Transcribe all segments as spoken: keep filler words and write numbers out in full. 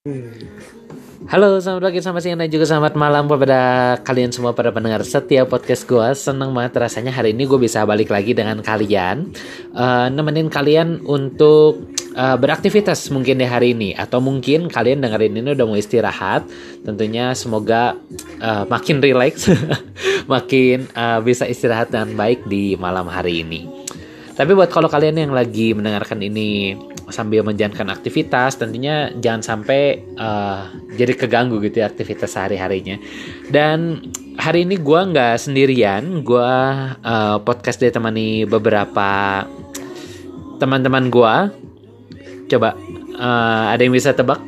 Halo, selamat pagi, selamat siang, dan juga selamat malam kepada kalian semua para pendengar setia podcast gue. Seneng banget rasanya hari ini gue bisa balik lagi dengan kalian, uh, nemenin kalian untuk uh, beraktivitas mungkin di hari ini. Atau mungkin kalian dengerin ini udah mau istirahat. Tentunya semoga uh, makin relax, makin uh, bisa istirahat dengan baik di malam hari ini. Tapi buat kalau kalian yang lagi mendengarkan ini sambil menjalankan aktivitas, tentunya jangan sampai uh, jadi keganggu gitu ya aktivitas sehari-harinya. Dan hari ini gue nggak sendirian, gue uh, podcast ditemani beberapa teman-teman gue. Coba uh, ada yang bisa tebak?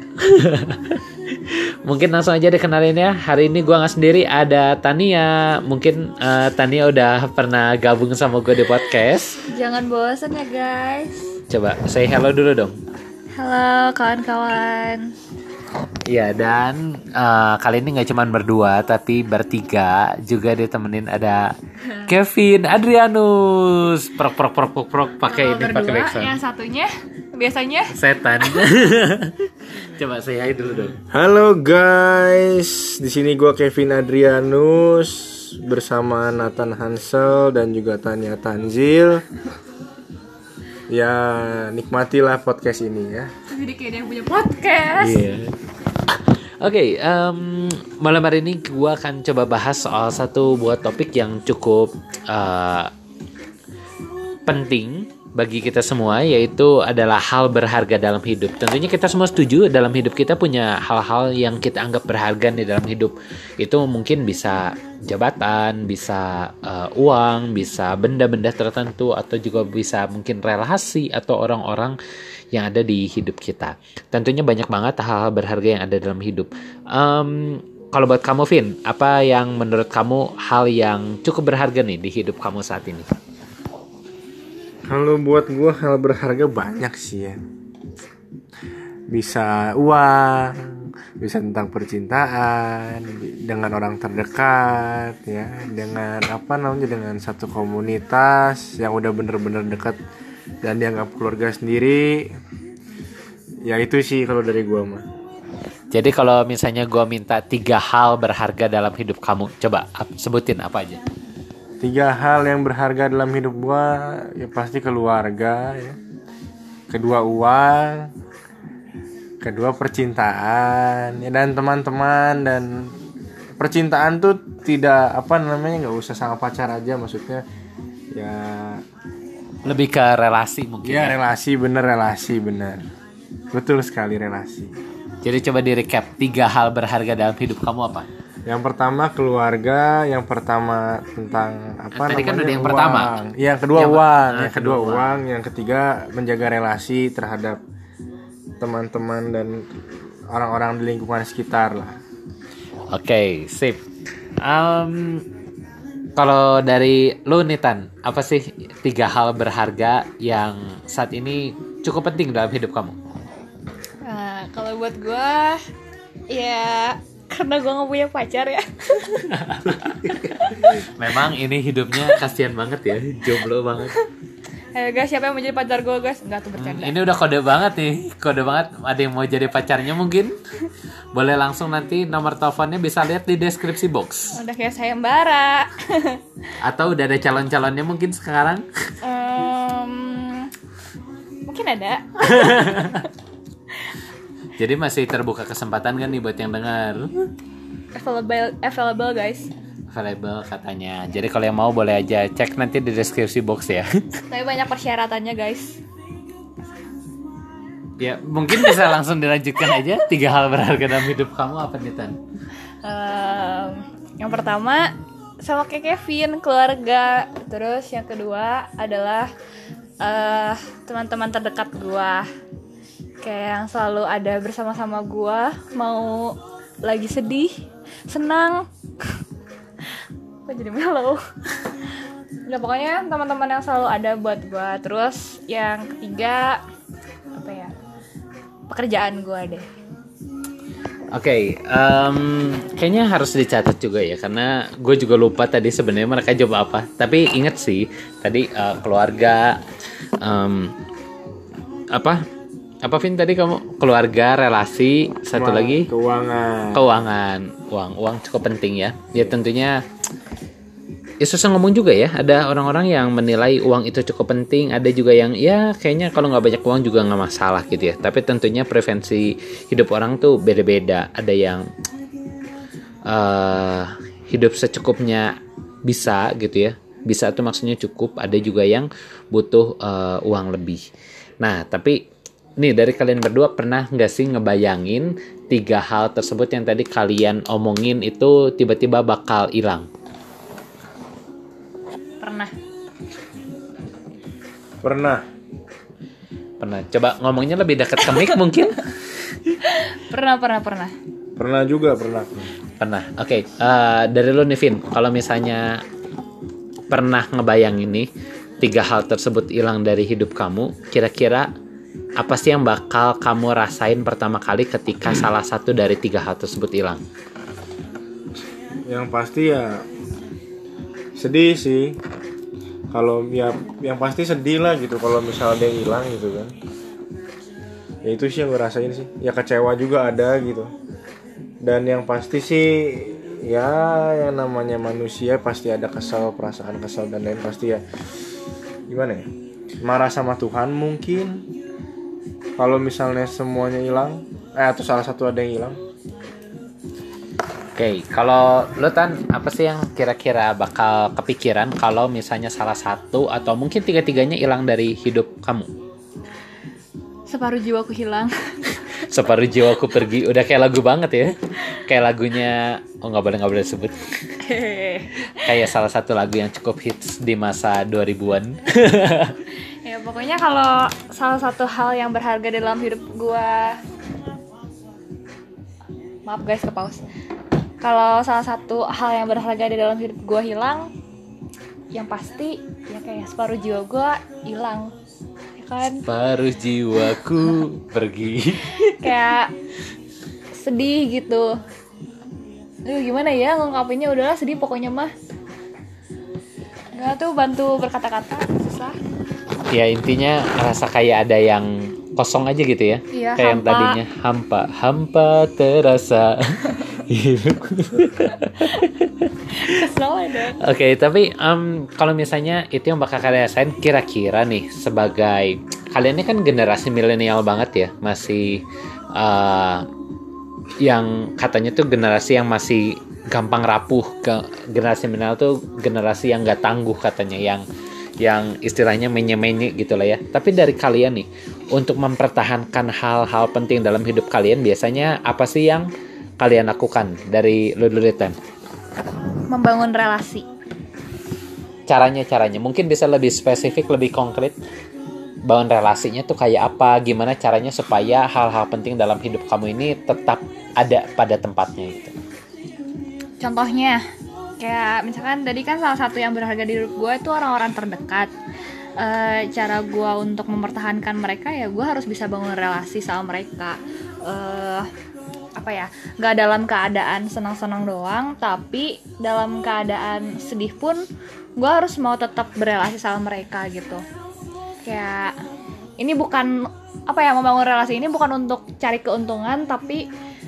Mungkin langsung aja dikenalin ya. Hari ini gue gak sendiri, ada Tania. Mungkin uh, Tania udah pernah gabung sama gue di podcast. Jangan bosan ya guys. Coba say hello dulu dong. Halo kawan-kawan. Iya, dan uh, kali ini gak cuma berdua, tapi bertiga. Juga ditemenin ada Kevin Adrianus. Prok prok prok prok prok pakai ini pakai backsound. Yang satunya biasanya setan. Coba say hi dulu dong. Halo guys, di sini gue Kevin Adrianus bersama Nathan Hansel dan juga Tania Tanzil. Ya, nikmatilah podcast ini ya. jadi kayak yang punya podcast. Iya. Yeah. Oke, okay, um, malam hari ini gue akan coba bahas soal satu buah topik yang cukup uh, penting bagi kita semua, yaitu adalah hal berharga dalam hidup. Tentunya kita semua setuju dalam hidup kita punya hal-hal yang kita anggap berharga di dalam hidup. Itu mungkin bisa jabatan, bisa uh, uang, bisa benda-benda tertentu, atau juga bisa mungkin relasi atau orang-orang yang ada di hidup kita. Tentunya banyak banget hal-hal berharga yang ada dalam hidup. Um, kalau buat kamu, Vin, apa yang menurut kamu hal yang cukup berharga nih di hidup kamu saat ini? Kalau buat gue hal berharga banyak sih ya. Bisa uang, bisa tentang percintaan, dengan orang terdekat ya, dengan apa namanya, dengan satu komunitas yang udah bener-bener dekat dan dianggap keluarga sendiri. Ya itu sih kalau dari gue mah. Jadi kalau misalnya gue minta tiga hal berharga dalam hidup kamu, coba sebutin apa aja? Tiga hal yang berharga dalam hidup gue, ya pasti keluarga ya. Kedua uang, kedua percintaan ya, dan teman-teman. Dan percintaan tuh tidak apa namanya, nggak usah sama pacar aja, maksudnya ya lebih ke relasi mungkin. Ya, ya. relasi bener relasi bener betul sekali, relasi. Jadi coba di recap, tiga hal berharga dalam hidup kamu apa? Yang pertama keluarga, yang pertama tentang apa Tadi namanya, kan udah yang uang. pertama. Yang kedua yang uang, per- yang kedua uang. uang, yang ketiga menjaga relasi terhadap teman-teman dan orang-orang di lingkungan sekitar lah. Oke, okay, sip. Um, kalau dari lu nih Tan, apa sih tiga hal berharga yang saat ini cukup penting dalam hidup kamu? Nah, kalau buat gue ya karena gue gak punya pacar ya. Memang ini hidupnya kasihan banget ya, jomblo banget. Eh guys, siapa yang mau jadi pacar gue guys? Enggak tuh, bercanda. Hmm, ini udah kode banget nih, kode banget. Ada yang mau jadi pacarnya mungkin? Boleh langsung nanti nomor teleponnya bisa lihat di deskripsi box. Udah kayak sayembara. Atau udah ada calon-calonnya mungkin sekarang? um, Mungkin ada. Jadi masih terbuka kesempatan kan nih buat yang dengar. Available, available guys. Available katanya. Jadi kalau yang mau boleh aja cek nanti di deskripsi box ya. Tapi banyak persyaratannya guys. Ya mungkin bisa langsung dilanjutkan aja. Tiga hal berharga dalam hidup kamu apa nih Tan? Um, yang pertama sama kayak Kevin, keluarga. Terus yang kedua adalah uh, teman-teman terdekat gue, kayak yang selalu ada bersama-sama gue, mau lagi sedih, senang. Kok jadi mellow? Ya pokoknya teman-teman yang selalu ada buat gue. Terus yang ketiga apa ya? Pekerjaan gue deh. Oke, okay, um, kayaknya harus dicatat juga ya, karena gue juga lupa tadi sebenarnya mereka jawab apa. Tapi inget sih tadi uh, keluarga, um, apa apa Vin tadi kamu? Keluarga, relasi, satu Keuangan. lagi Keuangan. keuangan. Uang, uang cukup penting ya. Ya tentunya ya susah ngomong juga ya. Ada orang-orang yang menilai uang itu cukup penting, ada juga yang ya kayaknya kalau nggak banyak uang juga nggak masalah gitu ya. Tapi tentunya preferensi hidup orang tuh beda-beda. Ada yang uh, hidup secukupnya bisa gitu ya. Bisa tuh maksudnya cukup. Ada juga yang butuh uh, uang lebih. Nah tapi nih dari kalian berdua pernah nggak sih ngebayangin tiga hal tersebut yang tadi kalian omongin itu tiba-tiba bakal hilang? Pernah. Pernah. Pernah. Coba ngomongnya lebih dekat ke mic mungkin? Pernah, pernah, pernah. Pernah juga, pernah. Pernah. Oke, eh, dari lu nih Vin, kalau misalnya pernah ngebayangin nih tiga hal tersebut hilang dari hidup kamu, kira-kira apa sih yang bakal kamu rasain pertama kali ketika salah satu dari tiga hal tersebut hilang? Yang pasti ya sedih sih. Kalau ya yang pasti sedih lah gitu kalau misalnya ada yang hilang gitu kan. Ya itu sih yang gue rasain sih. Ya kecewa juga ada gitu. Dan yang pasti sih ya yang namanya manusia pasti ada kesal, perasaan kesal dan lain pasti ya. Gimana ya? Marah sama Tuhan mungkin. Kalau misalnya semuanya hilang, eh atau salah satu ada yang hilang. Oke, kalau lo Tan, apa sih yang kira-kira bakal kepikiran kalau misalnya salah satu atau mungkin tiga-tiganya hilang dari hidup kamu? Separuh jiwaku hilang. Separuh jiwaku pergi, udah kayak lagu banget ya. Kayak lagunya, oh nggak boleh nggak boleh sebut. Kayak salah satu lagu yang cukup hits di masa dua ribuan. Ya pokoknya kalau salah satu hal yang berharga dalam hidup gua, maaf guys ke pause. Kalau salah satu hal yang berharga di dalam hidup gua hilang, yang pasti ya kayak separuh jiwa gua hilang, ya kan? Separuh jiwaku pergi. Kayak sedih gitu. Aduh gimana ya ngungkapinnya, udahlah sedih pokoknya mah. Nggak tuh bantu berkata-kata, susah. Ya intinya rasa kayak ada yang kosong aja gitu ya. Iya, kayak yang hampa. tadinya hampa, hampa terasa. Kesel dong. Oke, tapi um, kalau misalnya itu yang bakal kalian rasain, kira-kira nih sebagai kalian ini kan generasi milenial banget ya, masih uh, yang katanya tuh generasi yang masih gampang rapuh. Ke generasi milenial tuh generasi yang nggak tangguh katanya, yang yang istilahnya menye-menye gitu lah ya. Tapi dari kalian nih, untuk mempertahankan hal-hal penting dalam hidup kalian, biasanya apa sih yang kalian lakukan dari Lululitan? Membangun relasi. Caranya, caranya mungkin bisa lebih spesifik, lebih konkret. Bangun relasinya tuh kayak apa? Gimana caranya supaya hal-hal penting dalam hidup kamu ini tetap ada pada tempatnya gitu? Contohnya, kayak misalkan tadi kan salah satu yang berharga di hidup gue itu orang-orang terdekat. E, cara gue untuk mempertahankan mereka ya gue harus bisa bangun relasi sama mereka. E, apa ya? Gak dalam keadaan senang-senang doang, tapi dalam keadaan sedih pun gue harus mau tetap berelasi sama mereka gitu. Kayak ini bukan apa ya, membangun relasi ini bukan untuk cari keuntungan, tapi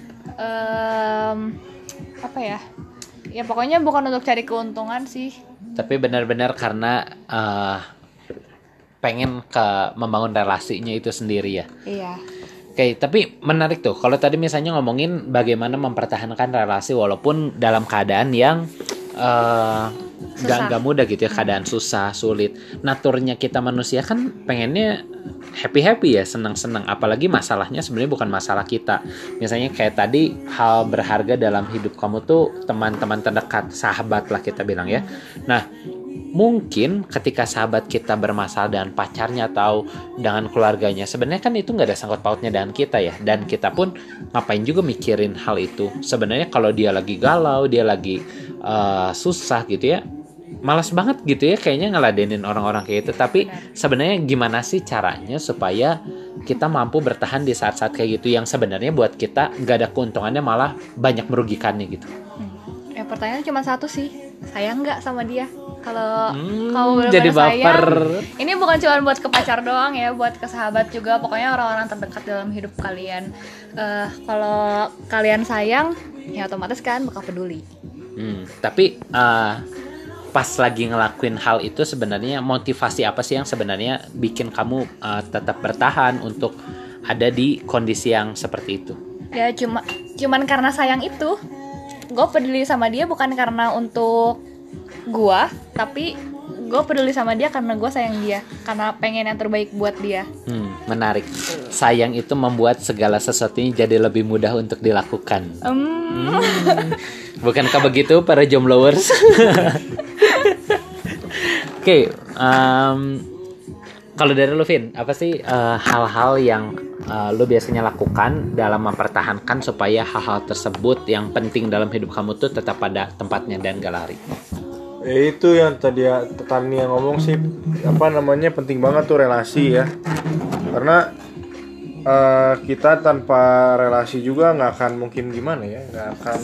um, apa ya? Ya pokoknya bukan untuk cari keuntungan sih. Tapi benar-benar karena uh, pengen ke membangun relasinya itu sendiri ya. Iya. Oke, tapi menarik tuh. Kalau tadi misalnya ngomongin bagaimana mempertahankan relasi walaupun dalam keadaan yang uh, gak, gak mudah gitu ya, keadaan susah, sulit. Naturnya kita manusia kan pengennya happy-happy ya, senang-senang. Apalagi masalahnya sebenarnya bukan masalah kita. Misalnya kayak tadi, hal berharga dalam hidup kamu tuh teman-teman terdekat, sahabat lah kita bilang ya. Nah, mungkin ketika sahabat kita bermasalah dengan pacarnya atau dengan keluarganya, sebenarnya kan itu nggak ada sangkut pautnya dengan kita ya, dan kita pun ngapain juga mikirin hal itu. Sebenarnya kalau dia lagi galau, dia lagi uh, susah gitu ya, malas banget gitu ya kayaknya ngeladenin orang-orang kayak itu. Tapi sebenarnya gimana sih caranya supaya kita mampu bertahan di saat-saat kayak gitu yang sebenarnya buat kita nggak ada keuntungannya, malah banyak merugikannya gitu? Hmm. Ya pertanyaannya cuma satu sih. sayang nggak sama dia. Kalau Hmm, kamu benar-benar jadi baper. sayang, ini bukan cuma buat ke pacar doang ya, buat ke sahabat juga. Pokoknya orang-orang terdekat dalam hidup kalian. Eh, kalau kalian sayang, ya otomatis kan bakal peduli. Hmm, tapi uh, pas lagi ngelakuin hal itu sebenarnya motivasi apa sih yang sebenarnya bikin kamu uh, tetap bertahan untuk ada di kondisi yang seperti itu? Ya cuma cuman karena sayang itu, gue peduli sama dia bukan karena untuk gue, tapi gue peduli sama dia karena gue sayang dia, karena pengen yang terbaik buat dia. Hmm, menarik. Sayang itu membuat segala sesuatunya jadi lebih mudah untuk dilakukan. Um, Hmm, bukankah begitu para jombloers? Oke, okay, um, kalau dari lu Vin, apa sih uh, hal-hal yang uh, lu biasanya lakukan dalam mempertahankan supaya hal-hal tersebut yang penting dalam hidup kamu tuh tetap pada tempatnya dan gak lari? Ya itu yang tadi ya Tani yang ngomong sih, apa namanya, penting banget tuh relasi ya. Karena uh, kita tanpa relasi juga nggak akan mungkin gimana ya, nggak akan.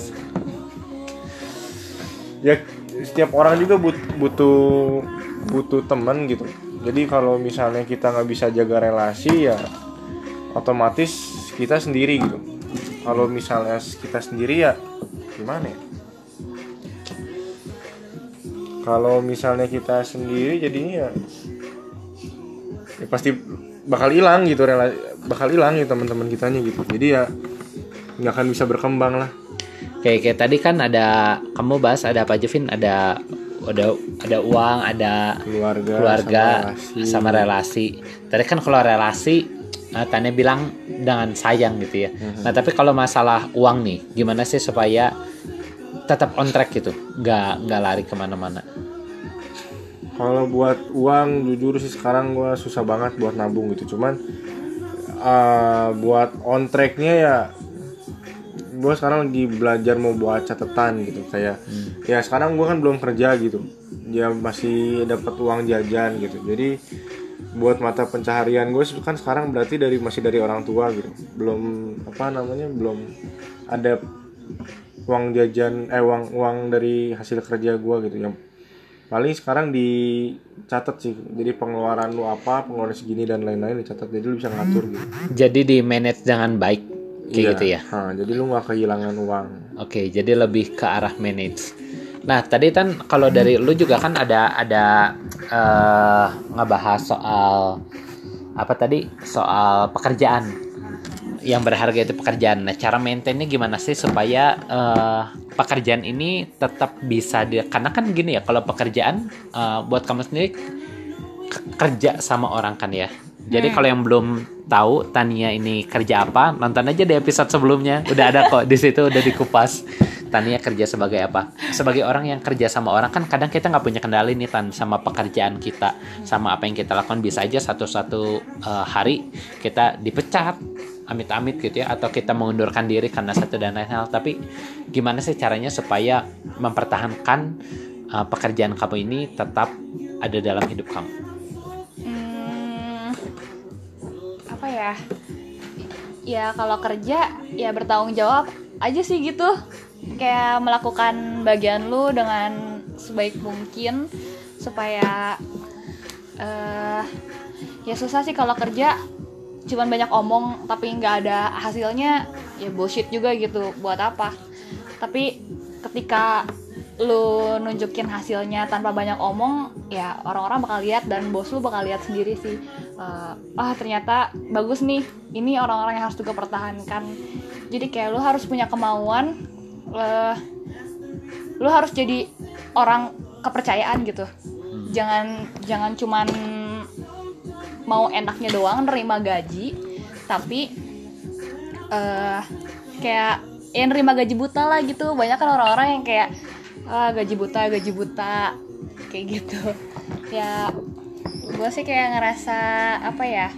Ya setiap orang juga but, butuh butuh teman gitu. Jadi kalau misalnya kita nggak bisa jaga relasi ya otomatis kita sendiri gitu. Kalau misalnya kita sendiri ya gimana ya? Kalau misalnya kita sendiri jadinya ya, ya pasti bakal hilang gitu, relasi bakal hilang ya teman-teman kitanya gitu. Jadi ya nggak akan bisa berkembang lah. Kayak kayak tadi kan ada kamu bahas ada apa aja Vin? Ada ada ada uang, ada Keluarga, keluarga sama relasi. sama relasi. Tadi kan kalau relasi uh, Tanya bilang dengan sayang gitu ya. Mhm. Nah tapi kalau masalah uang nih, gimana sih supaya tetap on track gitu, nggak nggak lari kemana-mana? Kalau buat uang jujur sih sekarang gue susah banget buat nabung gitu. Cuman uh, buat on tracknya ya gue sekarang lagi belajar mau buat catatan gitu. Kayak hmm. ya sekarang gue kan belum kerja gitu, ya masih dapat uang jajan gitu. Jadi buat mata pencaharian gue kan sekarang berarti dari masih dari orang tua gitu. Belum apa namanya belum ada uang jajan eh uang uang dari hasil kerja gue gitu. Yang paling sekarang dicatat sih, jadi pengeluaran lu apa, pengeluaran segini dan lain-lain dicatat, jadi lu bisa ngatur gitu. Jadi di manage dengan baik kayak Iya. gitu ya. Ha, jadi lu nggak kehilangan uang. Oke, jadi lebih ke arah manage. Nah, tadi kan kalau dari lu juga kan ada ada uh, ngebahas soal apa tadi? Soal pekerjaan. Yang berharga itu pekerjaan. Nah, cara maintainnya gimana sih supaya uh, pekerjaan ini tetap bisa di, karena kan gini ya, kalau pekerjaan uh, buat kamu sendiri k- kerja sama orang kan ya. Jadi hmm. kalau yang belum tahu Tania ini kerja apa, nonton aja di episode sebelumnya. Udah ada kok di situ, udah dikupas. Tania kerja sebagai apa? Sebagai orang yang kerja sama orang kan kadang kita nggak punya kendali nih Tan sama pekerjaan kita, sama apa yang kita lakukan. Bisa aja satu-satu uh, hari kita dipecat, amit-amit gitu ya, atau kita mengundurkan diri karena satu dan lain hal. Tapi gimana sih caranya supaya mempertahankan uh, pekerjaan kamu ini tetap ada dalam hidup kamu? Hmm, apa ya? Ya kalau kerja ya bertanggung jawab aja sih gitu. Kayak melakukan bagian lu dengan sebaik mungkin supaya uh, ya susah sih kalau kerja cuman banyak omong tapi nggak ada hasilnya, ya bullshit juga gitu, buat apa. Tapi ketika lu nunjukin hasilnya tanpa banyak omong, ya orang-orang bakal lihat dan bos lu bakal lihat sendiri sih, uh, ah ternyata bagus nih, ini orang-orang yang harus juga pertahankan. Jadi kayak lu harus punya kemauan, uh, lu harus jadi orang kepercayaan gitu. Jangan jangan cuman mau enaknya doang nerima gaji, tapi uh, kayak ya nerima gaji buta lah gitu. Banyak kan orang-orang yang kayak ah, gaji buta, gaji buta kayak gitu. Ya gue sih kayak ngerasa apa ya,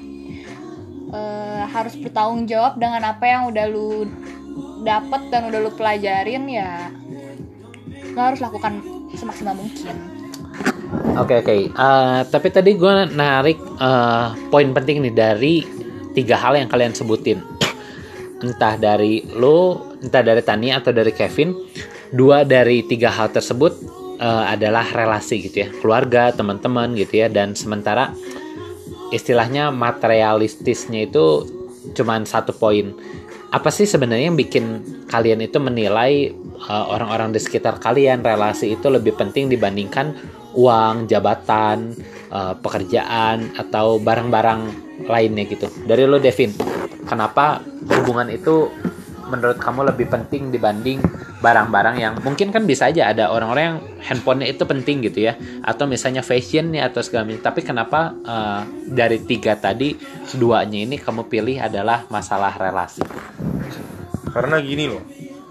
uh, harus bertanggung jawab dengan apa yang udah lu dapet dan udah lu pelajarin, ya lu harus lakukan semaksimal mungkin. Oke okay, oke. Okay. Uh, tapi tadi gue narik uh, poin penting nih dari tiga hal yang kalian sebutin. Entah dari lo, entah dari Tania atau dari Kevin. Dua dari tiga hal tersebut uh, adalah relasi gitu ya, keluarga, teman-teman gitu ya, dan sementara istilahnya materialistisnya itu cuman satu poin. Apa sih sebenarnya yang bikin kalian itu menilai uh, orang-orang di sekitar kalian, relasi itu lebih penting dibandingkan uang, jabatan, uh, pekerjaan, atau barang-barang lainnya gitu? Dari lo, Devin, kenapa hubungan itu menurut kamu lebih penting dibanding barang-barang yang mungkin kan bisa aja ada orang-orang yang handphonenya itu penting gitu ya, atau misalnya fashionnya atau segala macam, tapi kenapa uh, dari tiga tadi duanya ini kamu pilih adalah masalah relasi? Karena gini loh,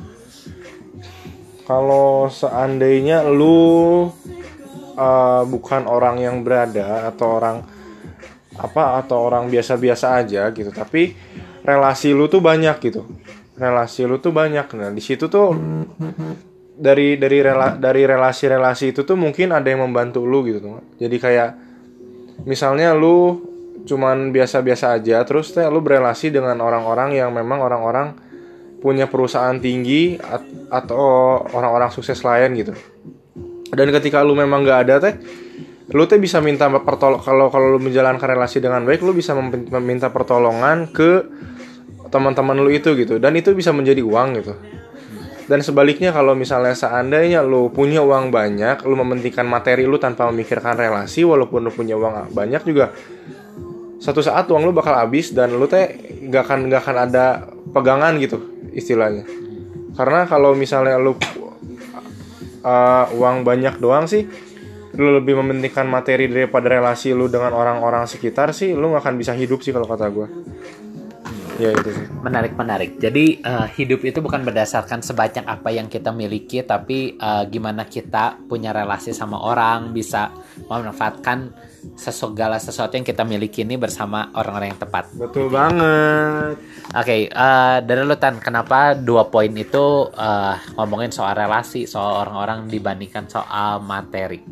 kalau seandainya lu uh, bukan orang yang berada atau orang apa atau orang biasa-biasa aja gitu, tapi relasi lu tuh banyak gitu, relasi lu tuh banyak. Nah di situ tuh dari dari rela, dari relasi-relasi itu tuh mungkin ada yang membantu lu gitu tuh. Jadi kayak misalnya lu cuman biasa-biasa aja, terus teh lu berelasi dengan orang-orang yang memang orang-orang punya perusahaan tinggi at- atau orang-orang sukses lain gitu. Dan ketika lu memang gak ada teh, lu teh bisa minta pertolongan. Kalau kalau lu menjalankan relasi dengan baik, lu bisa mem- meminta pertolongan ke teman-teman lu itu gitu, dan itu bisa menjadi uang gitu. Dan sebaliknya kalau misalnya seandainya lu punya uang banyak, lu mementingkan materi lu tanpa memikirkan relasi, walaupun lu punya uang banyak juga, satu saat uang lu bakal habis dan lu teh gak akan gak akan ada pegangan gitu istilahnya. Karena kalau misalnya lu uh, uang banyak doang sih, lu lebih mementingkan materi daripada relasi lu dengan orang-orang sekitar sih, lu gak akan bisa hidup sih kalau kata gue. Ya itu sih. Menarik, menarik. Jadi uh, hidup itu bukan berdasarkan sebanyak apa yang kita miliki, tapi uh, gimana kita punya relasi sama orang, bisa memanfaatkan segala sesuatu yang kita miliki ini bersama orang-orang yang tepat. Betul banget. Oke, okay, uh, dari lu Tan, kenapa dua poin itu uh, ngomongin soal relasi, soal orang-orang dibandingkan soal materi?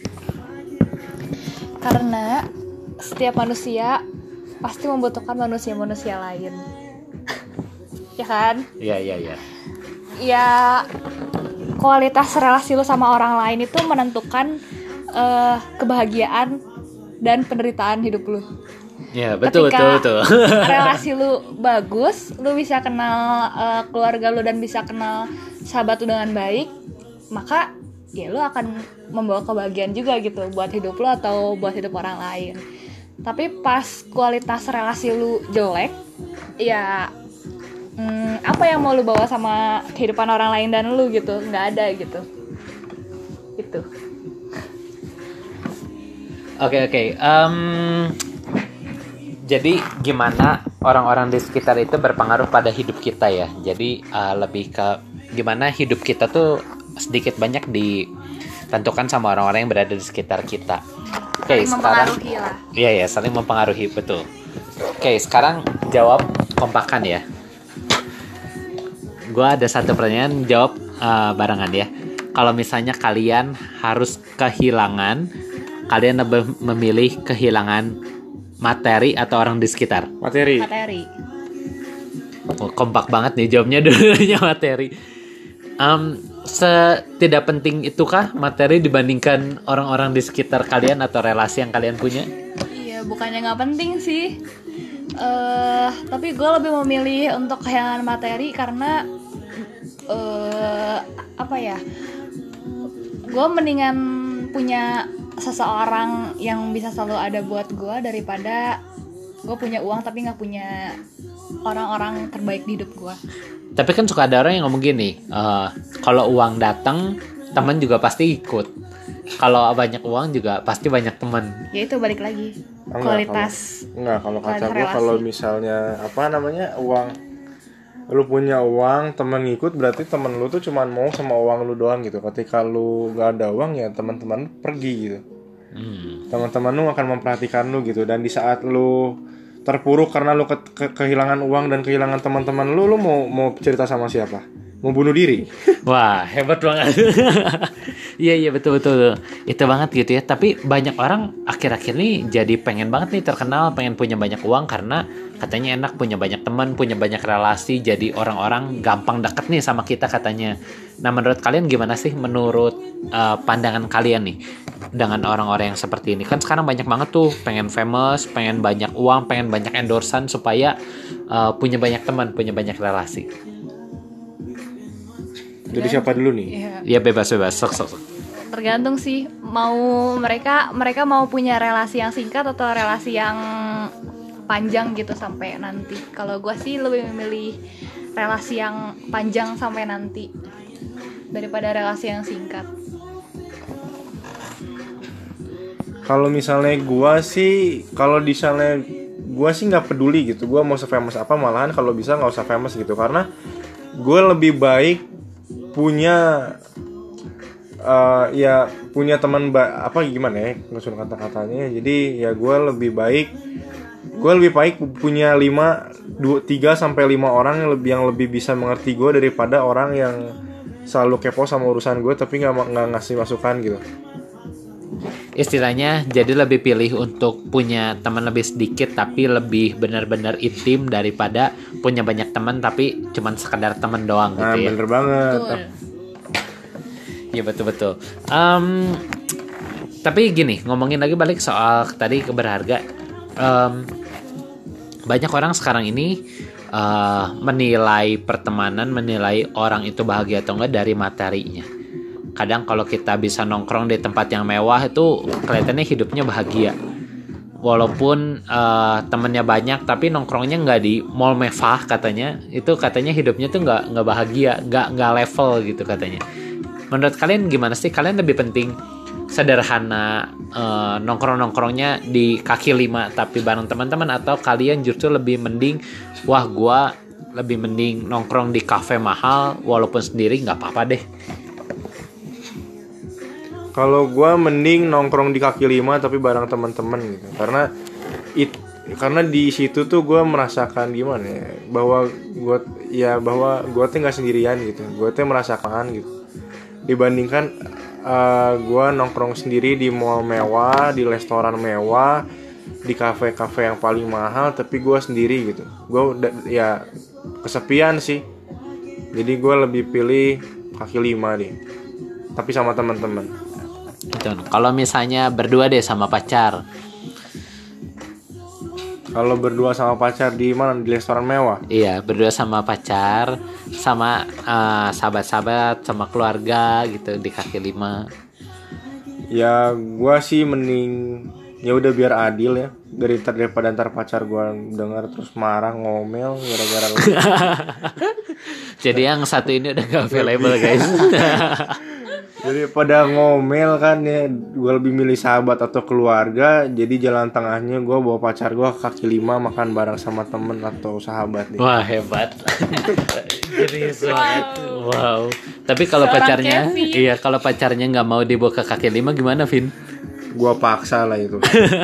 Karena setiap manusia pasti membutuhkan manusia-manusia lain. Ya kan? Iya, iya, iya. Ya, kualitas relasi lu sama orang lain itu menentukan uh, kebahagiaan dan penderitaan hidup lu. Iya, betul, Ketika betul, betul. relasi lu bagus, lu bisa kenal uh, keluarga lu dan bisa kenal sahabat lu dengan baik, maka ya lu akan membawa kebahagiaan juga gitu buat hidup lu atau buat hidup orang lain. Tapi pas kualitas relasi lu jelek, ya hmm, apa yang mau lu bawa sama kehidupan orang lain dan lu gitu, nggak ada gitu. Gitu. Oke, oke. Um, jadi gimana orang-orang di sekitar itu berpengaruh pada hidup kita ya? Jadi uh, lebih ke gimana hidup kita tuh sedikit banyak ditentukan sama orang-orang yang berada di sekitar kita. Oke, okay, sekarang iya ya, saling mempengaruhi, betul. Oke, okay, sekarang jawab kompakan ya. Gua ada satu pertanyaan, jawab uh, barengan ya. Kalau misalnya kalian harus kehilangan, kalian lebih memilih kehilangan materi atau orang di sekitar? Materi. Materi. Oh, kompak banget nih jawabnya, dulunya materi. Um, Setidak penting itukah materi dibandingkan orang-orang di sekitar kalian atau relasi yang kalian punya? Iya, bukannya nggak penting sih. Uh, tapi gue lebih memilih untuk kehilangan materi karena uh, apa ya? Gue mendingan punya seseorang yang bisa selalu ada buat gue daripada gue punya uang tapi nggak punya orang-orang terbaik di hidup gue. Tapi kan suka ada orang yang ngomong gini, uh, kalau uang datang, teman juga pasti ikut. Kalau banyak uang juga pasti banyak teman. Ya itu balik lagi enggak, kualitas. Kalau, enggak kalau kata gue, relasi. kalau misalnya apa namanya uang, lu punya uang, teman ngikut, berarti teman lu tuh cuman mau sama uang lu doang gitu. Ketika lu gak ada uang ya teman-teman pergi gitu. Hmm. Teman-teman lu akan memperhatikan lu gitu. Dan di saat lu terpuruk karena lu ke- ke- kehilangan uang dan kehilangan teman-teman lu, lu mau mau cerita sama siapa? Mau bunuh diri? Wah, hebat banget. Iya iya betul betul itu banget gitu ya. Tapi banyak orang akhir-akhir ini jadi pengen banget nih terkenal, pengen punya banyak uang karena katanya enak punya banyak teman, punya banyak relasi. Jadi orang-orang gampang deket nih sama kita katanya. Nah menurut kalian gimana sih menurut uh, pandangan kalian nih dengan orang-orang yang seperti ini? Kan sekarang banyak banget tuh pengen famous, pengen banyak uang, pengen banyak endorsan supaya uh, punya banyak teman, punya banyak relasi. Jadi siapa dulu nih? Iya. Ya bebas bebas sok sok. sok. Tergantung sih mau mereka mereka mau punya relasi yang singkat atau relasi yang panjang gitu sampai nanti. Kalau gue sih lebih memilih relasi yang panjang sampai nanti daripada relasi yang singkat. Kalau misalnya gua sih, kalau misalnya gua sih nggak peduli gitu, gua mau se-famous apa, malahan kalau bisa nggak usah famous gitu, karena gua lebih baik punya uh, ya punya teman ba- apa gimana ya ngusun kata-katanya. Jadi ya gua lebih baik gua lebih baik punya lima dua tiga sampai lima orang yang lebih yang lebih bisa mengerti gua daripada orang yang selalu kepo sama urusan gue tapi nggak nggak ngasih masukan gitu. Istilahnya jadi lebih pilih untuk punya teman lebih sedikit tapi lebih benar-benar intim daripada punya banyak teman tapi cuman sekedar teman doang gitu Nah, ya. bener banget. Betul. Iya betul-betul. Um, tapi gini, ngomongin lagi balik soal tadi keberharga. Um, banyak orang sekarang ini uh, menilai pertemanan, menilai orang itu bahagia atau enggak dari materinya. Kadang kalau kita bisa nongkrong di tempat yang mewah itu kelihatannya hidupnya bahagia. Walaupun uh, temennya banyak tapi nongkrongnya nggak di mall mewah katanya, itu katanya hidupnya tuh nggak nggak bahagia, nggak nggak level gitu katanya. Menurut kalian gimana sih? Kalian lebih penting sederhana uh, nongkrong-nongkrongnya di kaki lima tapi bareng teman-teman, atau kalian justru lebih mending wah gua lebih mending nongkrong di kafe mahal walaupun sendiri nggak apa-apa deh? Kalau gue mending nongkrong di kaki lima tapi bareng teman-teman gitu, karena it karena di situ tuh gue merasakan gimana ya, bahwa gue ya bahwa gue tuh nggak sendirian gitu, gue tuh merasakan gitu, dibandingkan uh, gue nongkrong sendiri di mall mewah, di restoran mewah, di kafe-kafe yang paling mahal tapi gue sendiri gitu, gue ya kesepian sih. Jadi gue lebih pilih kaki lima deh, tapi sama teman-teman. Gitu. Kalau misalnya berdua deh sama pacar. Kalau berdua sama pacar di mana? Di restoran mewah? Iya, berdua sama pacar, sama uh, sahabat-sahabat, sama keluarga gitu di kaki lima. Ya, gua sih mending ya udah biar adil ya, dari daripada ntar pacar gua dengar terus marah ngomel gara-gara lu. Jadi yang satu ini udah gak available guys. Jadi pada ngomel kan ya, gue lebih milih sahabat atau keluarga. Jadi jalan tengahnya gue bawa pacar gue ke kaki lima makan bareng sama temen atau sahabat nih. Wah hebat. Jadi banget. Wow. Tapi kalau Seorang pacarnya, Kevin. iya kalau pacarnya nggak mau dibawa ke kaki lima gimana, Vin? Gue paksa lah itu.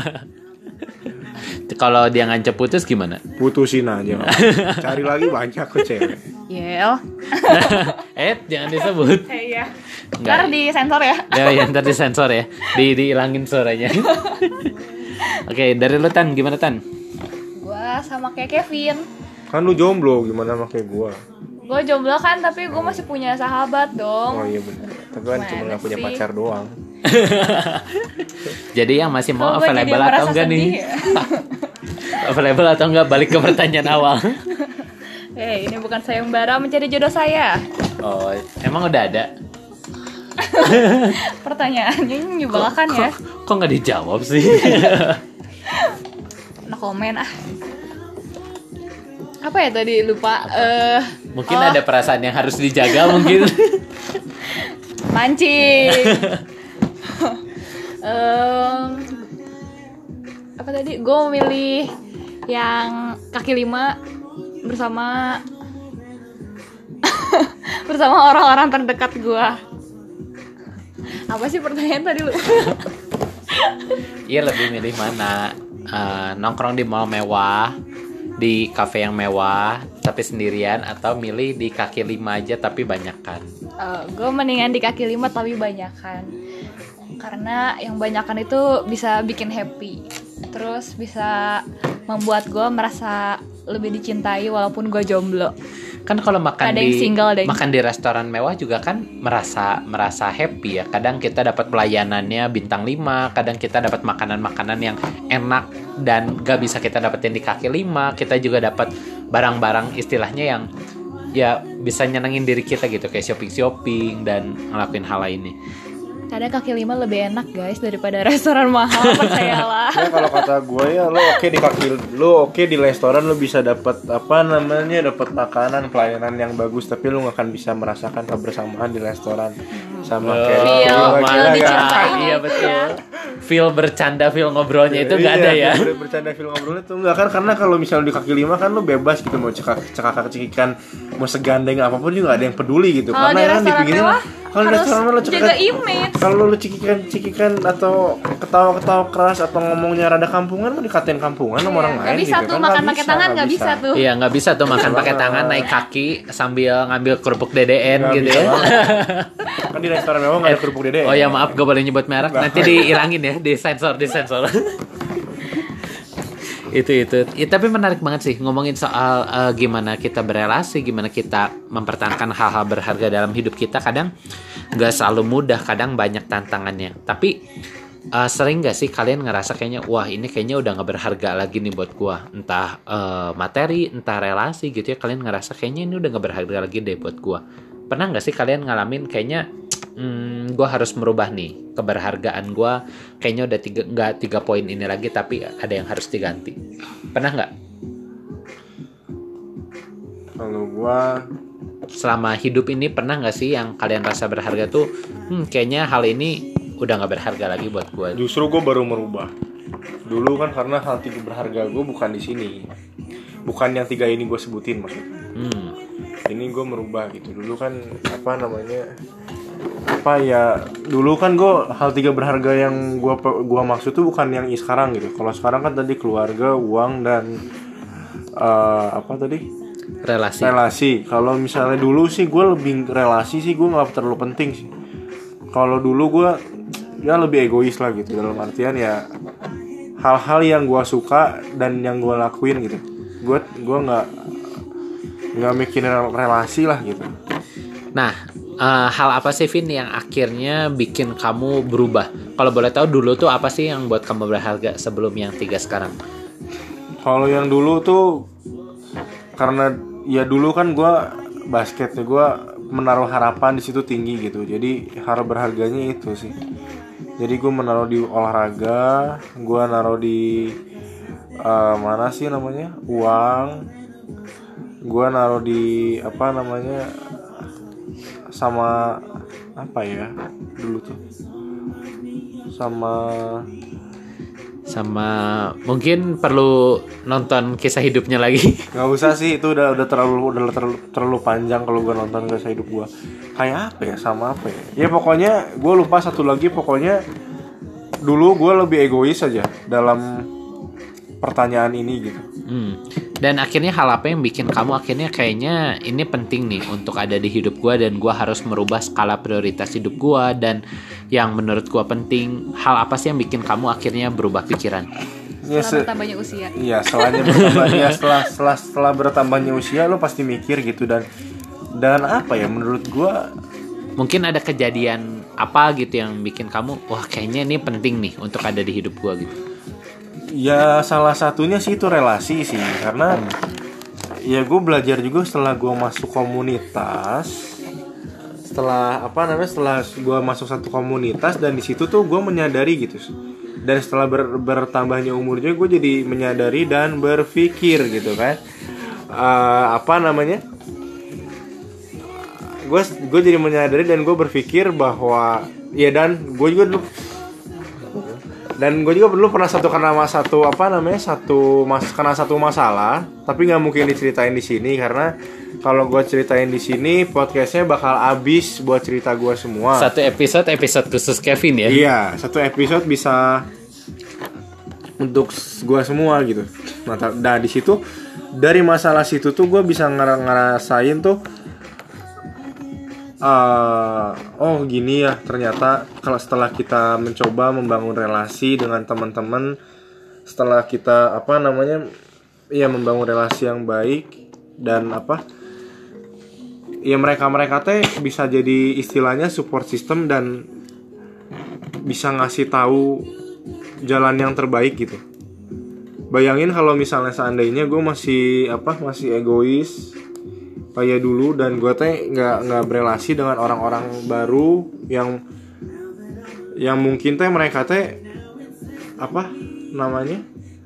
Kalau dia ngancep putus gimana? Putusin aja. Cari lagi banyak ke cewek. Yel. eh jangan disebut. Eh, iya. Nggak. Ntar di sensor ya. Ya, ya ntar disensor ya, di dihilangin suaranya. Oke, dari lu Tan, gimana Tan? Gua sama kayak Kevin. Kan lu jomblo, gimana sama kayak gue? Gue jomblo kan, tapi gue masih punya sahabat dong. Oh iya benar. Tapi kan cuma Gimana gak punya sih? pacar doang. Jadi yang masih mau Kok gua jadi available yang atau merasa enggak nih? sedih ya? Available atau enggak, balik ke pertanyaan awal. Eh, ini bukan sayembara mencari jodoh saya. Oh, emang udah ada? Pertanyaannya menyebalkan ya. Kok, kok nggak dijawab sih? No komen ah. Apa ya tadi lupa? Eh, Mungkin oh, ada perasaan yang harus dijaga mungkin. mancing. Em, apa tadi? Gue memilih yang kaki lima bersama bersama orang-orang terdekat gue. Apa sih pertanyaan tadi lu? Iya, lebih milih mana? Uh, nongkrong di mall mewah di kafe yang mewah tapi sendirian, atau milih di kaki lima aja tapi banyakan? Uh, gue mendingan di kaki lima tapi banyakan, karena yang banyakan itu bisa bikin happy, terus bisa membuat gue merasa lebih dicintai walaupun gue jomblo. Kan kalau makan ada yang di single, ada yang makan di restoran mewah juga kan merasa merasa happy ya. Kadang kita dapat pelayanannya bintang lima, kadang kita dapat makanan-makanan yang enak dan gak bisa kita dapetin di kaki lima. Kita juga dapat barang-barang istilahnya yang ya bisa nyenengin diri kita gitu, kayak shopping-shopping dan ngelakuin hal lainnya. Kadang kaki lima lebih enak guys daripada restoran mahal, percayalah. Ya kalau kata gue ya lo oke okay di kaki lo oke okay di restoran lo bisa dapat apa namanya dapat makanan pelayanan yang bagus, tapi lo nggak akan bisa merasakan kebersamaan di restoran sama Oh, kayak feel, lo feel gila, dicintai. kan? Iya betul. Feel bercanda, feel ngobrolnya itu nggak ada ya. Iya, bercanda film ngobrolnya tuh nggak kan, karena kalau misalnya di kaki lima kan lo bebas gitu, mau cekak cekak cekikan mau segandeng apapun juga nggak ada yang peduli gitu. Kalau Karena di kan restoran dipikirnya mewah kalau di harus restoran mewah lo jaga cekikan image. kalau lo cekikan cekikan atau ketawa-ketawa keras atau ngomongnya rada kampungan kan dikatain kampungan sama orang lain Gak bisa gitu tuh kan. makan Nggak pakai tangan, nggak bisa tuh. Iya nggak bisa tuh makan pakai tangan, naik kaki sambil ngambil kerupuk D D N Nggak gitu bisa ya. banget. Kan di restoran mewah nggak ada kerupuk dede. Oh ya maaf, gak boleh nyebut merek, nanti dihilangin ya, disensor, disensor. itu itu ya, tapi menarik banget sih ngomongin soal uh, gimana kita berelasi, gimana kita mempertahankan hal-hal berharga dalam hidup kita. Kadang nggak selalu mudah, kadang banyak tantangannya. Tapi uh, sering nggak sih kalian ngerasa kayaknya wah ini kayaknya udah nggak berharga lagi nih buat gua, entah uh, materi, entah relasi gitu ya. Kalian ngerasa kayaknya ini udah nggak berharga lagi deh buat gua. Pernah nggak sih kalian ngalamin kayaknya Hmm, gue harus merubah nih keberhargaan gue, kayaknya udah tiga nggak tiga poin ini lagi tapi ada yang harus diganti. Pernah nggak? Kalau gua Selama hidup ini pernah nggak sih yang kalian rasa berharga tuh hmm, kayaknya hal ini udah nggak berharga lagi buat gue? justru gua baru merubah. Dulu kan karena hal tiga berharga gua bukan di sini, bukan yang tiga ini gue sebutin maksudnya. Hmm. Ini gue merubah gitu. Dulu kan apa namanya apa ya dulu kan gue hal tiga berharga yang gue gua maksud tuh bukan yang sekarang gitu. Kalau sekarang kan tadi keluarga, uang, dan uh, apa tadi Relasi. relasi. Kalau misalnya dulu sih gue lebih relasi sih gue nggak terlalu penting sih. Kalau dulu gue ya lebih egois lah gitu, dalam artian ya hal-hal yang gue suka dan yang gue lakuin gitu. Gue gue nggak nggak mikirin relasi lah gitu. Nah, uh, hal apa sih Vin yang akhirnya bikin kamu berubah? Kalau boleh tahu dulu tuh apa sih yang buat kamu berharga sebelum yang tiga sekarang? Kalau yang dulu tuh karena ya dulu kan gue basket, gue menaruh harapan di situ tinggi gitu. Jadi hal berharganya itu sih. Jadi gue menaruh di olahraga, gue naruh di uh, mana sih namanya uang, gue naruh di apa namanya sama apa ya dulu tuh sama sama mungkin perlu nonton kisah hidupnya lagi. nggak usah sih, itu udah udah terlalu udah terlalu, terlalu panjang kalau gue nonton kisah hidup gue. Kayak apa ya, sama apa ya, ya pokoknya gue lupa satu lagi. Pokoknya dulu gue lebih egois aja dalam pertanyaan ini gitu. Hmm. Dan akhirnya hal apa yang bikin kamu akhirnya kayaknya ini penting nih untuk ada di hidup gue, dan gue harus merubah skala prioritas hidup gue, dan yang menurut gue penting. Hal apa sih yang bikin kamu akhirnya berubah pikiran? Ya, Setelah se- bertambahnya usia. Iya, setelahnya bertambahnya setelah setelah setelah bertambahnya usia lo pasti mikir gitu. Dan dan apa ya, menurut gue Mungkin ada kejadian apa gitu yang bikin kamu wah kayaknya ini penting nih untuk ada di hidup gue gitu. ya salah satunya sih itu relasi sih, karena ya gue belajar juga setelah gue masuk komunitas, setelah apa namanya setelah gue masuk satu komunitas, dan di situ tuh gue menyadari gitu. Dan setelah ber, bertambahnya umurnya gue jadi menyadari dan berpikir gitu kan, uh, apa namanya gue gue jadi menyadari dan gue berpikir bahwa ya, dan gue juga dulu dan gue juga dulu pernah satu karena mas satu apa namanya satu mas kena satu masalah, tapi nggak mungkin diceritain di sini karena kalau gue ceritain di sini podcastnya bakal abis buat cerita gue semua. Satu episode episode khusus Kevin ya. Iya, satu episode bisa untuk gue semua gitu. Nah, nah di situ dari masalah situ tuh gue bisa nger- ngerasain tuh uh, oh gini ya ternyata kalau setelah kita mencoba membangun relasi dengan teman-teman, setelah kita apa namanya ya membangun relasi yang baik dan apa ya mereka-mereka teh bisa jadi istilahnya support system dan bisa ngasih tahu jalan yang terbaik gitu. Bayangin kalau misalnya seandainya gue masih apa masih egois kayak dulu dan gue teh nggak nggak berelasi dengan orang-orang baru yang yang mungkin teh mereka teh apa namanya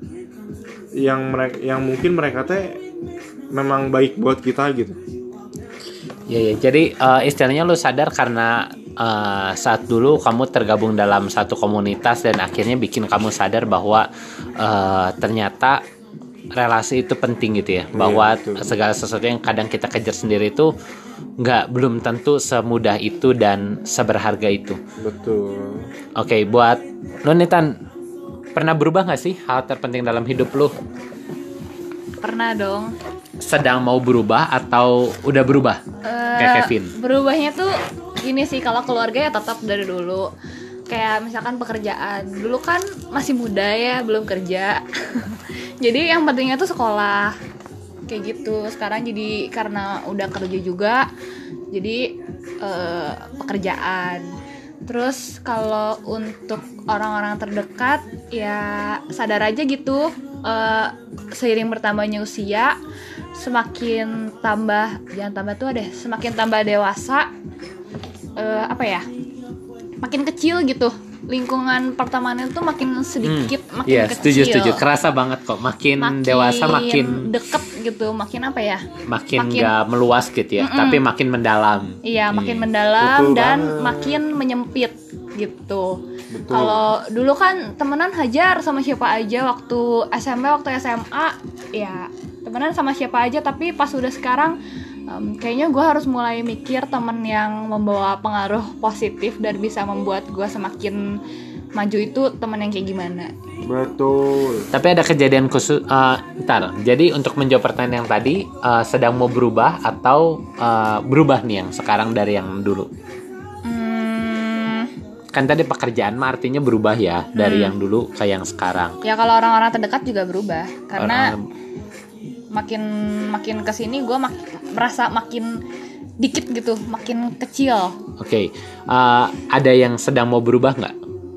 yang mereka yang mungkin mereka teh memang baik buat kita gitu. Ya, ya. Jadi uh, istilahnya lu sadar karena uh, saat dulu kamu tergabung dalam satu komunitas dan akhirnya bikin kamu sadar bahwa uh, ternyata relasi itu penting gitu ya. Bahwa ya, segala sesuatu yang kadang kita kejar sendiri itu nggak belum tentu semudah itu dan seberharga itu. Betul. Oke, okay, buat lu nih Tan, pernah berubah nggak sih hal terpenting dalam hidup lu? Pernah dong. Sedang mau berubah atau udah berubah? Uh, Kayak Kevin. Berubahnya tuh gini sih, kalau keluarga ya tetap dari dulu. Kayak misalkan pekerjaan. Dulu kan masih muda ya, belum kerja. Jadi yang pentingnya tuh sekolah. Kayak gitu. Sekarang jadi karena udah kerja juga, jadi uh, pekerjaan. Terus kalau untuk orang-orang terdekat ya sadar aja gitu, uh, seiring bertambahnya usia, semakin tambah jangan tambah tua deh, semakin tambah dewasa, uh, apa ya, makin kecil gitu. Lingkungan pertemanan itu makin sedikit, hmm, makin yeah, kecil. Setuju, setuju. Kerasa banget kok. Makin, makin dewasa, makin deket gitu. Makin apa ya? Makin, makin gak meluas gitu ya. Mm-mm. Tapi makin mendalam. Iya, makin hmm. mendalam. Betul dan banget. Makin menyempit gitu. Kalau dulu kan temenan hajar sama siapa aja waktu S M P, waktu S M A, ya temenan sama siapa aja. Tapi pas udah sekarang, Um, kayaknya gue harus mulai mikir temen yang membawa pengaruh positif dan bisa membuat gue semakin maju itu temen yang kayak gimana. Betul. Tapi ada kejadian khusus, uh, ntar. Jadi untuk menjawab pertanyaan yang tadi, uh, sedang mau berubah atau uh, berubah nih yang sekarang dari yang dulu? Hmm. Kan tadi pekerjaan mah artinya berubah ya, hmm. dari yang dulu ke yang sekarang. Ya kalau orang-orang terdekat juga berubah karena orang... makin makin kesini gue mak, merasa makin dikit gitu, makin kecil. Oke, okay. uh, ada yang sedang mau berubah nggak?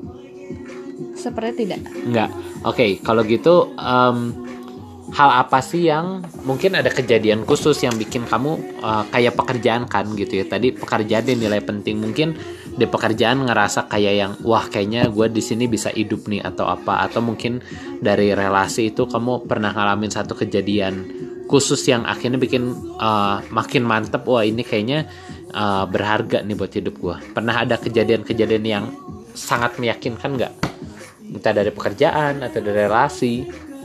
Seperti tidak. Nggak. Oke, okay. Kalau gitu um, hal apa sih yang mungkin ada kejadian khusus yang bikin kamu uh, kayak pekerjaan kan gitu ya? Tadi pekerjaan dinilai penting, mungkin di pekerjaan ngerasa kayak yang wah kayaknya gue di sini bisa hidup nih atau apa, atau mungkin dari relasi itu kamu pernah ngalamin satu kejadian khusus yang akhirnya bikin uh, makin mantep, wah ini kayaknya uh, berharga nih buat hidup gue. Pernah ada kejadian-kejadian yang sangat meyakinkan nggak? Entah dari pekerjaan atau dari relasi?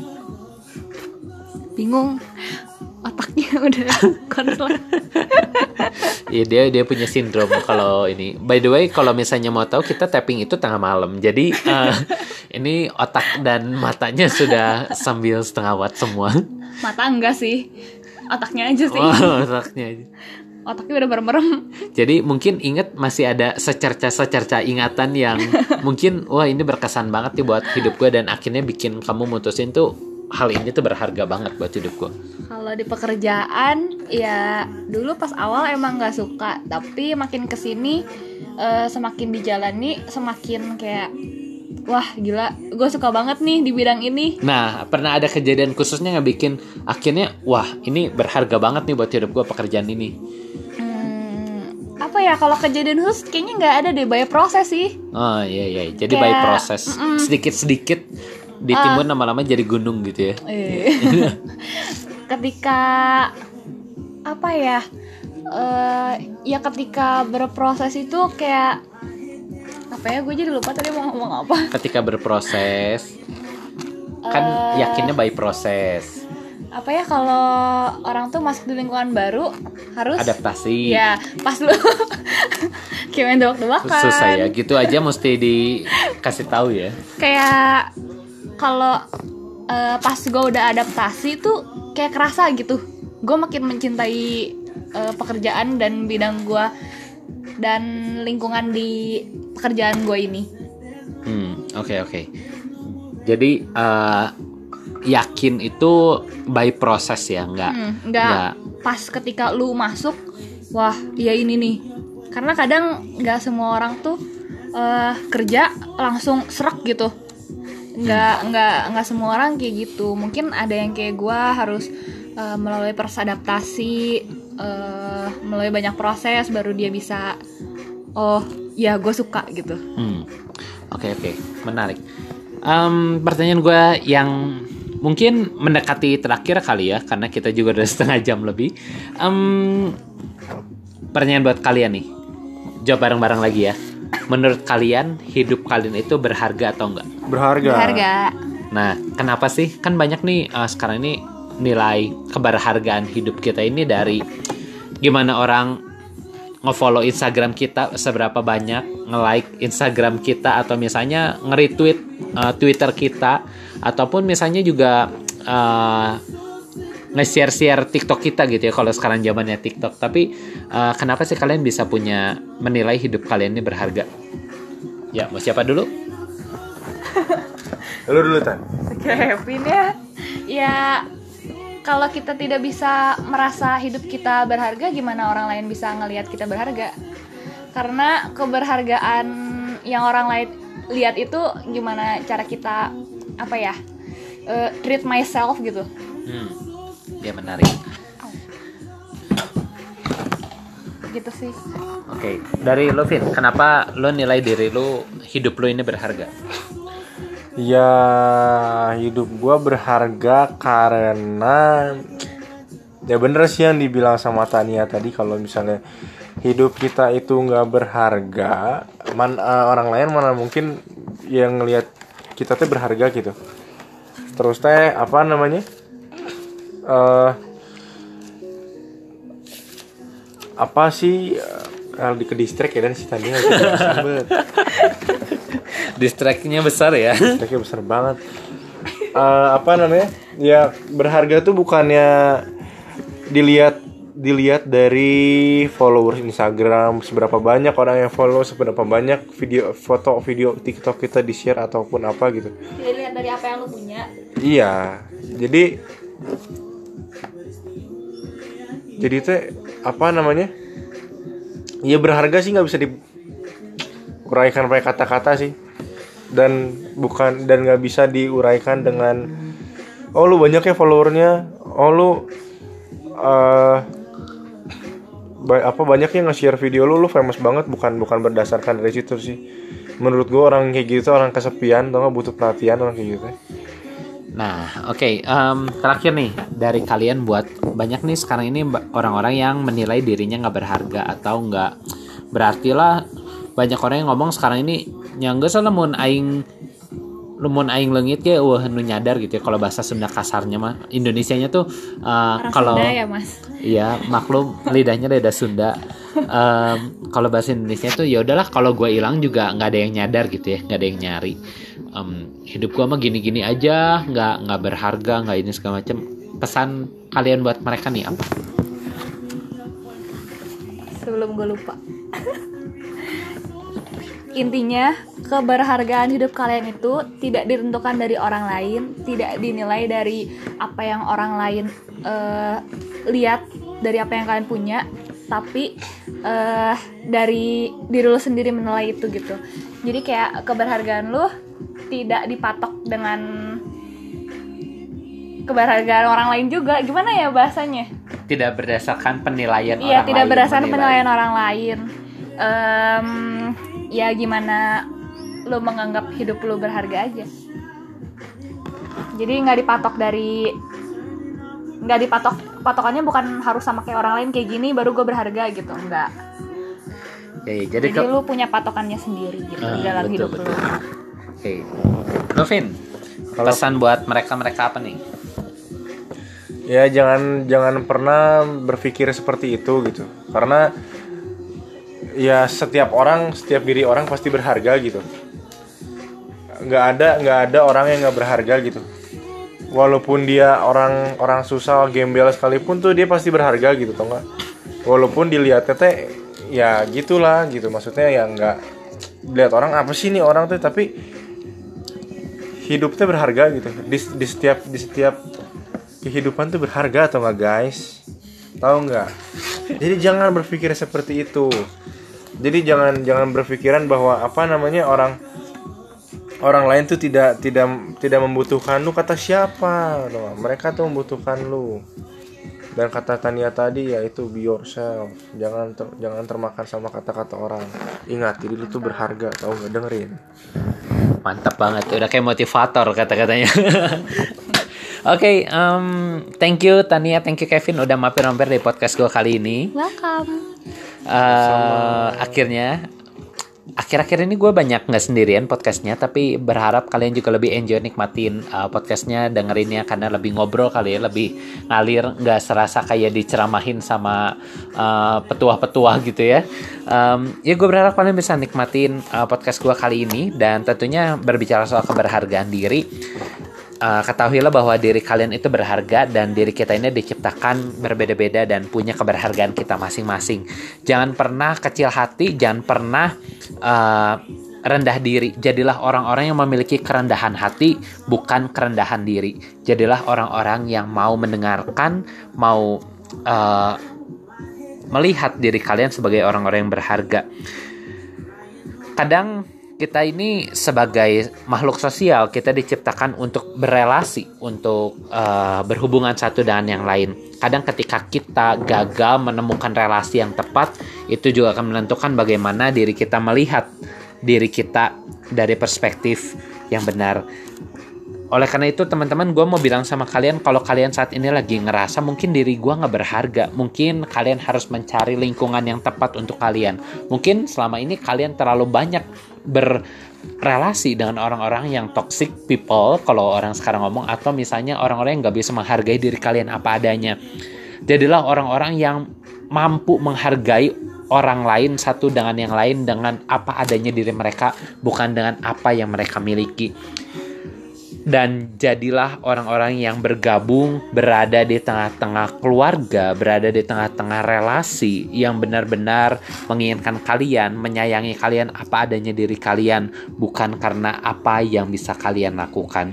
Bingung, otaknya udah kontrol. Iya, dia dia punya sindrom kalau ini. By the way, kalau misalnya mau tahu, kita tapping itu tengah malam. Jadi uh, ini otak dan matanya sudah sambil setengah watt semua. Mata enggak sih, otaknya aja sih. Oh, otaknya aja. Otaknya udah merem-merem. Jadi mungkin ingat masih ada secerca-secerca ingatan yang mungkin wah ini berkesan banget nih buat hidup gue dan akhirnya bikin kamu mutusin tuh hal ini tuh berharga banget buat hidup gue. Kalau di pekerjaan ya dulu pas awal emang nggak suka, tapi makin kesini uh, semakin dijalani semakin kayak wah gila, gue suka banget nih di bidang ini. Nah, pernah ada kejadian khususnya nggak bikin akhirnya wah ini berharga banget nih buat hidup gue pekerjaan ini? Hmm, apa ya, kalau kejadian khusus kayaknya nggak ada deh, by proses sih. Oh iya iya, jadi kayak, by proses, mm-mm. sedikit-sedikit ditimbun uh, lama-lama jadi gunung gitu ya. Iya. Ketika apa ya, uh, ya ketika berproses itu kayak apa ya, gue jadi lupa tadi mau ngomong apa. Ketika berproses kan uh, yakinnya by proses. Apa ya, kalau orang tuh masuk di lingkungan baru harus adaptasi. Ya pas lu kayak main tebak-tebakan. Susah ya, gitu aja mesti dikasih tahu ya. Kayak kalau uh, pas gue udah adaptasi tuh kayak kerasa gitu. Gue makin mencintai uh, pekerjaan dan bidang gue dan lingkungan di pekerjaan gue ini. Hmm, oke okay, oke. Okay. Jadi uh, yakin itu by proses ya, nggak hmm, nggak, nggak pas ketika lu masuk, wah ya ini nih. Karena kadang nggak semua orang tuh uh, kerja langsung serak gitu. Nggak hmm. nggak nggak semua orang kayak gitu. Mungkin ada yang kayak gue harus uh, melalui proses adaptasi, uh, melalui banyak proses baru dia bisa, oh ya gue suka gitu. Hmm. Oke okay, oke okay. Menarik. Um, pertanyaan gue yang mungkin mendekati terakhir kali ya, karena kita juga udah setengah jam lebih. Um, pertanyaan buat kalian nih, jawab bareng-bareng lagi ya. Menurut kalian hidup kalian itu berharga atau enggak? Berharga. Berharga. Nah, kenapa sih? Kan banyak nih uh, sekarang ini nilai keberhargaan hidup kita ini dari gimana orang nge-follow Instagram kita seberapa banyak, nge-like Instagram kita, atau misalnya nge-retweet uh, Twitter kita, ataupun misalnya juga uh, nge-share-share TikTok kita gitu ya, kalau sekarang zamannya TikTok. Tapi uh, kenapa sih kalian bisa punya menilai hidup kalian ini berharga? Ya, mau siapa dulu? Lu dulu, Tan. Kevin ya. Ya kalau kita tidak bisa merasa hidup kita berharga, gimana orang lain bisa ngelihat kita berharga? Karena keberhargaan yang orang lain lihat itu gimana cara kita apa ya, uh, treat myself gitu. Hmm, ya menarik. Gitu sih. Oke, okay. Dari lo, Vin, kenapa lo nilai diri lo, hidup lo ini berharga? Ya, hidup gue berharga karena ya bener sih yang dibilang sama Tania tadi, kalau misalnya hidup kita itu nggak berharga, man, uh, orang lain mana mungkin yang ngelihat kita tuh berharga gitu. Terus teh apa namanya? Uh, apa sih kalau di ke distrik ya, dan si Tania sambet. Distract-nya besar ya. Distract-nya besar banget. Uh, apa namanya? Ya berharga tuh bukannya dilihat dilihat dari followers Instagram, seberapa banyak orang yang follow, seberapa banyak video foto video TikTok kita di-share ataupun apa gitu. Tidak dilihat dari apa yang lu punya. Iya. Jadi Jadi teh apa namanya? Ya berharga sih nggak bisa diuraikan pakai kata-kata sih. Dan bukan dan nggak bisa diuraikan dengan oh lu banyak ya followernya, oh lu uh, ba- apa banyak yang nge-share video lu, lu famous banget, bukan bukan berdasarkan dari situ sih. Menurut gue orang kayak gitu orang kesepian, atau nggak butuh perhatian orang kayak gitu. Nah, oke, okay. um, terakhir nih dari kalian, buat banyak nih sekarang ini orang-orang yang menilai dirinya nggak berharga atau nggak, berarti lah banyak orang yang ngomong sekarang ini nyangga salah mun aing lumun aing leungit ya wah nu nyadar gitu ya, kalau bahasa Sunda kasarnya mah. Indonesianya tuh uh, kalau ya, Mas. Iya, maklum lidahnya lidah Sunda. Um, kalau bahasa Indonesia tuh ya udahlah, kalau gue hilang juga nggak ada yang nyadar gitu ya, nggak ada yang nyari. Um, hidup gue mah gini-gini aja, nggak nggak berharga, nggak ini segala macam. Pesan kalian buat mereka nih apa? Sebelum gue lupa. Intinya, keberhargaan hidup kalian itu tidak ditentukan dari orang lain, tidak dinilai dari apa yang orang lain uh, lihat, dari apa yang kalian punya, tapi uh, dari diri lu sendiri menilai itu gitu. Jadi kayak keberhargaan lu tidak dipatok dengan keberhargaan orang lain juga. Gimana ya bahasanya? Tidak berdasarkan penilaian iya, orang lain. Iya, tidak berdasarkan penilaian orang lain. Um, ya gimana lu menganggap hidup lu berharga aja. Jadi nggak dipatok dari nggak dipatok patokannya bukan harus sama kayak orang lain kayak gini baru gue berharga gitu, enggak. Ya, ya, jadi jadi ke... lu punya patokannya sendiri gitu uh, dalam betul, hidup betul. Lu. Oke, okay. Novin, pesan buat mereka-mereka apa nih? Ya jangan jangan pernah berpikir seperti itu gitu, karena ya setiap orang, setiap diri orang pasti berharga gitu. Nggak ada nggak ada orang yang nggak berharga gitu. walaupun dia orang orang susah, gembel sekalipun tuh dia pasti berharga gitu, tau nggak? Walaupun dilihatnya teh ya gitulah gitu, maksudnya ya nggak dilihat orang apa sih nih orang tuh, tapi hidupnya berharga gitu. Di, di setiap di setiap kehidupan tuh berharga, atau nggak guys? Tahu nggak? Jadi jangan berpikir seperti itu. Jadi jangan jangan berpikiran bahwa apa namanya orang orang lain tuh tidak tidak tidak membutuhkan lu. Kata siapa? Mereka tuh membutuhkan lu. Dan kata Tania tadi yaitu be yourself. Jangan ter, jangan termakan sama kata-kata orang. Ingat, diri lu tuh berharga, tahu nggak? Dengerin. Mantap banget, udah kayak motivator kata-katanya. Oke, okay, um, thank you Tania, thank you Kevin udah mampir-mampir di podcast gue kali ini. Welcome. Uh, akhirnya Akhir-akhir ini gue banyak nggak sendirian podcastnya, tapi berharap kalian juga lebih enjoy nikmatin uh, podcastnya, dengerinnya, karena lebih ngobrol kali ya, lebih ngalir, nggak serasa kayak diceramahin sama uh, petua-petua gitu ya. Um, ya gue berharap kalian bisa nikmatin uh, podcast gue kali ini, dan tentunya berbicara soal keberhargaan diri. Uh, ketahuilah bahwa diri kalian itu berharga, dan diri kita ini diciptakan berbeda-beda dan punya keberhargaan kita masing-masing. Jangan pernah kecil hati, jangan pernah uh, rendah diri. Jadilah orang-orang yang memiliki kerendahan hati, bukan kerendahan diri. Jadilah orang-orang yang mau mendengarkan, mau uh, melihat diri kalian sebagai orang-orang yang berharga. Kadang kita ini sebagai makhluk sosial, kita diciptakan untuk berelasi, untuk uh, berhubungan satu dengan yang lain. Kadang ketika kita gagal menemukan relasi yang tepat, itu juga akan menentukan bagaimana diri kita melihat diri kita dari perspektif yang benar. Oleh karena itu teman-teman, gue mau bilang sama kalian, kalau kalian saat ini lagi ngerasa mungkin diri gue gak berharga, mungkin kalian harus mencari lingkungan yang tepat untuk kalian. Mungkin selama ini kalian terlalu banyak berrelasi dengan orang-orang yang toxic people, kalau orang sekarang ngomong, atau misalnya orang-orang yang gak bisa menghargai diri kalian apa adanya. Jadilah orang-orang yang mampu menghargai orang lain satu dengan yang lain dengan apa adanya diri mereka, bukan dengan apa yang mereka miliki. Dan jadilah orang-orang yang bergabung, berada di tengah-tengah keluarga, berada di tengah-tengah relasi yang benar-benar menginginkan kalian, menyayangi kalian apa adanya diri kalian, bukan karena apa yang bisa kalian lakukan.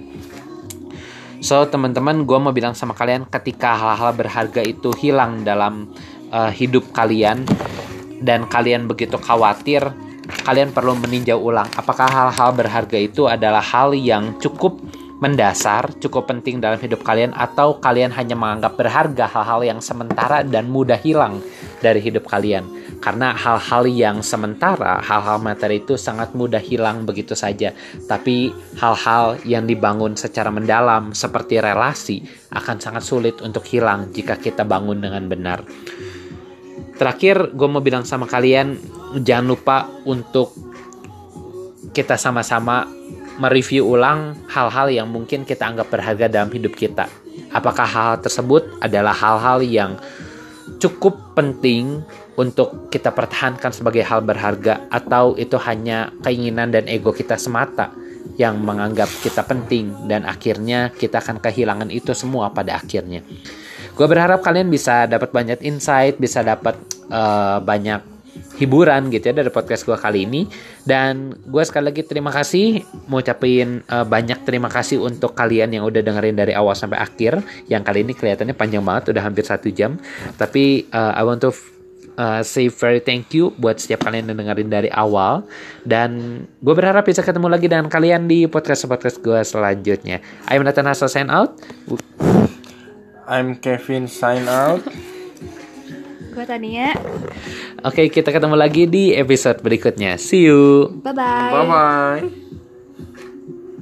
So teman-teman, gue mau bilang sama kalian, ketika hal-hal berharga itu hilang dalam uh, hidup kalian, dan kalian begitu khawatir, kalian perlu meninjau ulang apakah hal-hal berharga itu adalah hal yang cukup mendasar, cukup penting dalam hidup kalian, atau kalian hanya menganggap berharga hal-hal yang sementara dan mudah hilang dari hidup kalian. Karena hal-hal yang sementara, hal-hal materi itu sangat mudah hilang begitu saja. Tapi hal-hal yang dibangun secara mendalam seperti relasi akan sangat sulit untuk hilang jika kita bangun dengan benar. Terakhir, gue mau bilang sama kalian, jangan lupa untuk kita sama-sama mereview ulang hal-hal yang mungkin kita anggap berharga dalam hidup kita. Apakah hal tersebut adalah hal-hal yang cukup penting untuk kita pertahankan sebagai hal berharga, atau itu hanya keinginan dan ego kita semata yang menganggap kita penting, dan akhirnya kita akan kehilangan itu semua pada akhirnya. Gue berharap kalian bisa dapat banyak insight, bisa dapat uh, banyak hiburan gitu ya dari podcast gue kali ini. Dan gue sekali lagi terima kasih, mau ucapin uh, banyak terima kasih untuk kalian yang udah dengerin dari awal sampai akhir. Yang kali ini kelihatannya panjang banget, udah hampir satu jam. Tapi uh, I want to uh, say very thank you buat setiap kalian yang dengerin dari awal. Dan gue berharap bisa ketemu lagi dengan kalian di podcast-podcast gue selanjutnya. I'm Nathan Hassel, sign out. I'm Kevin, sign out. Gue Tania. Oke, kita ketemu lagi di episode berikutnya. See you. Bye-bye. Bye-bye.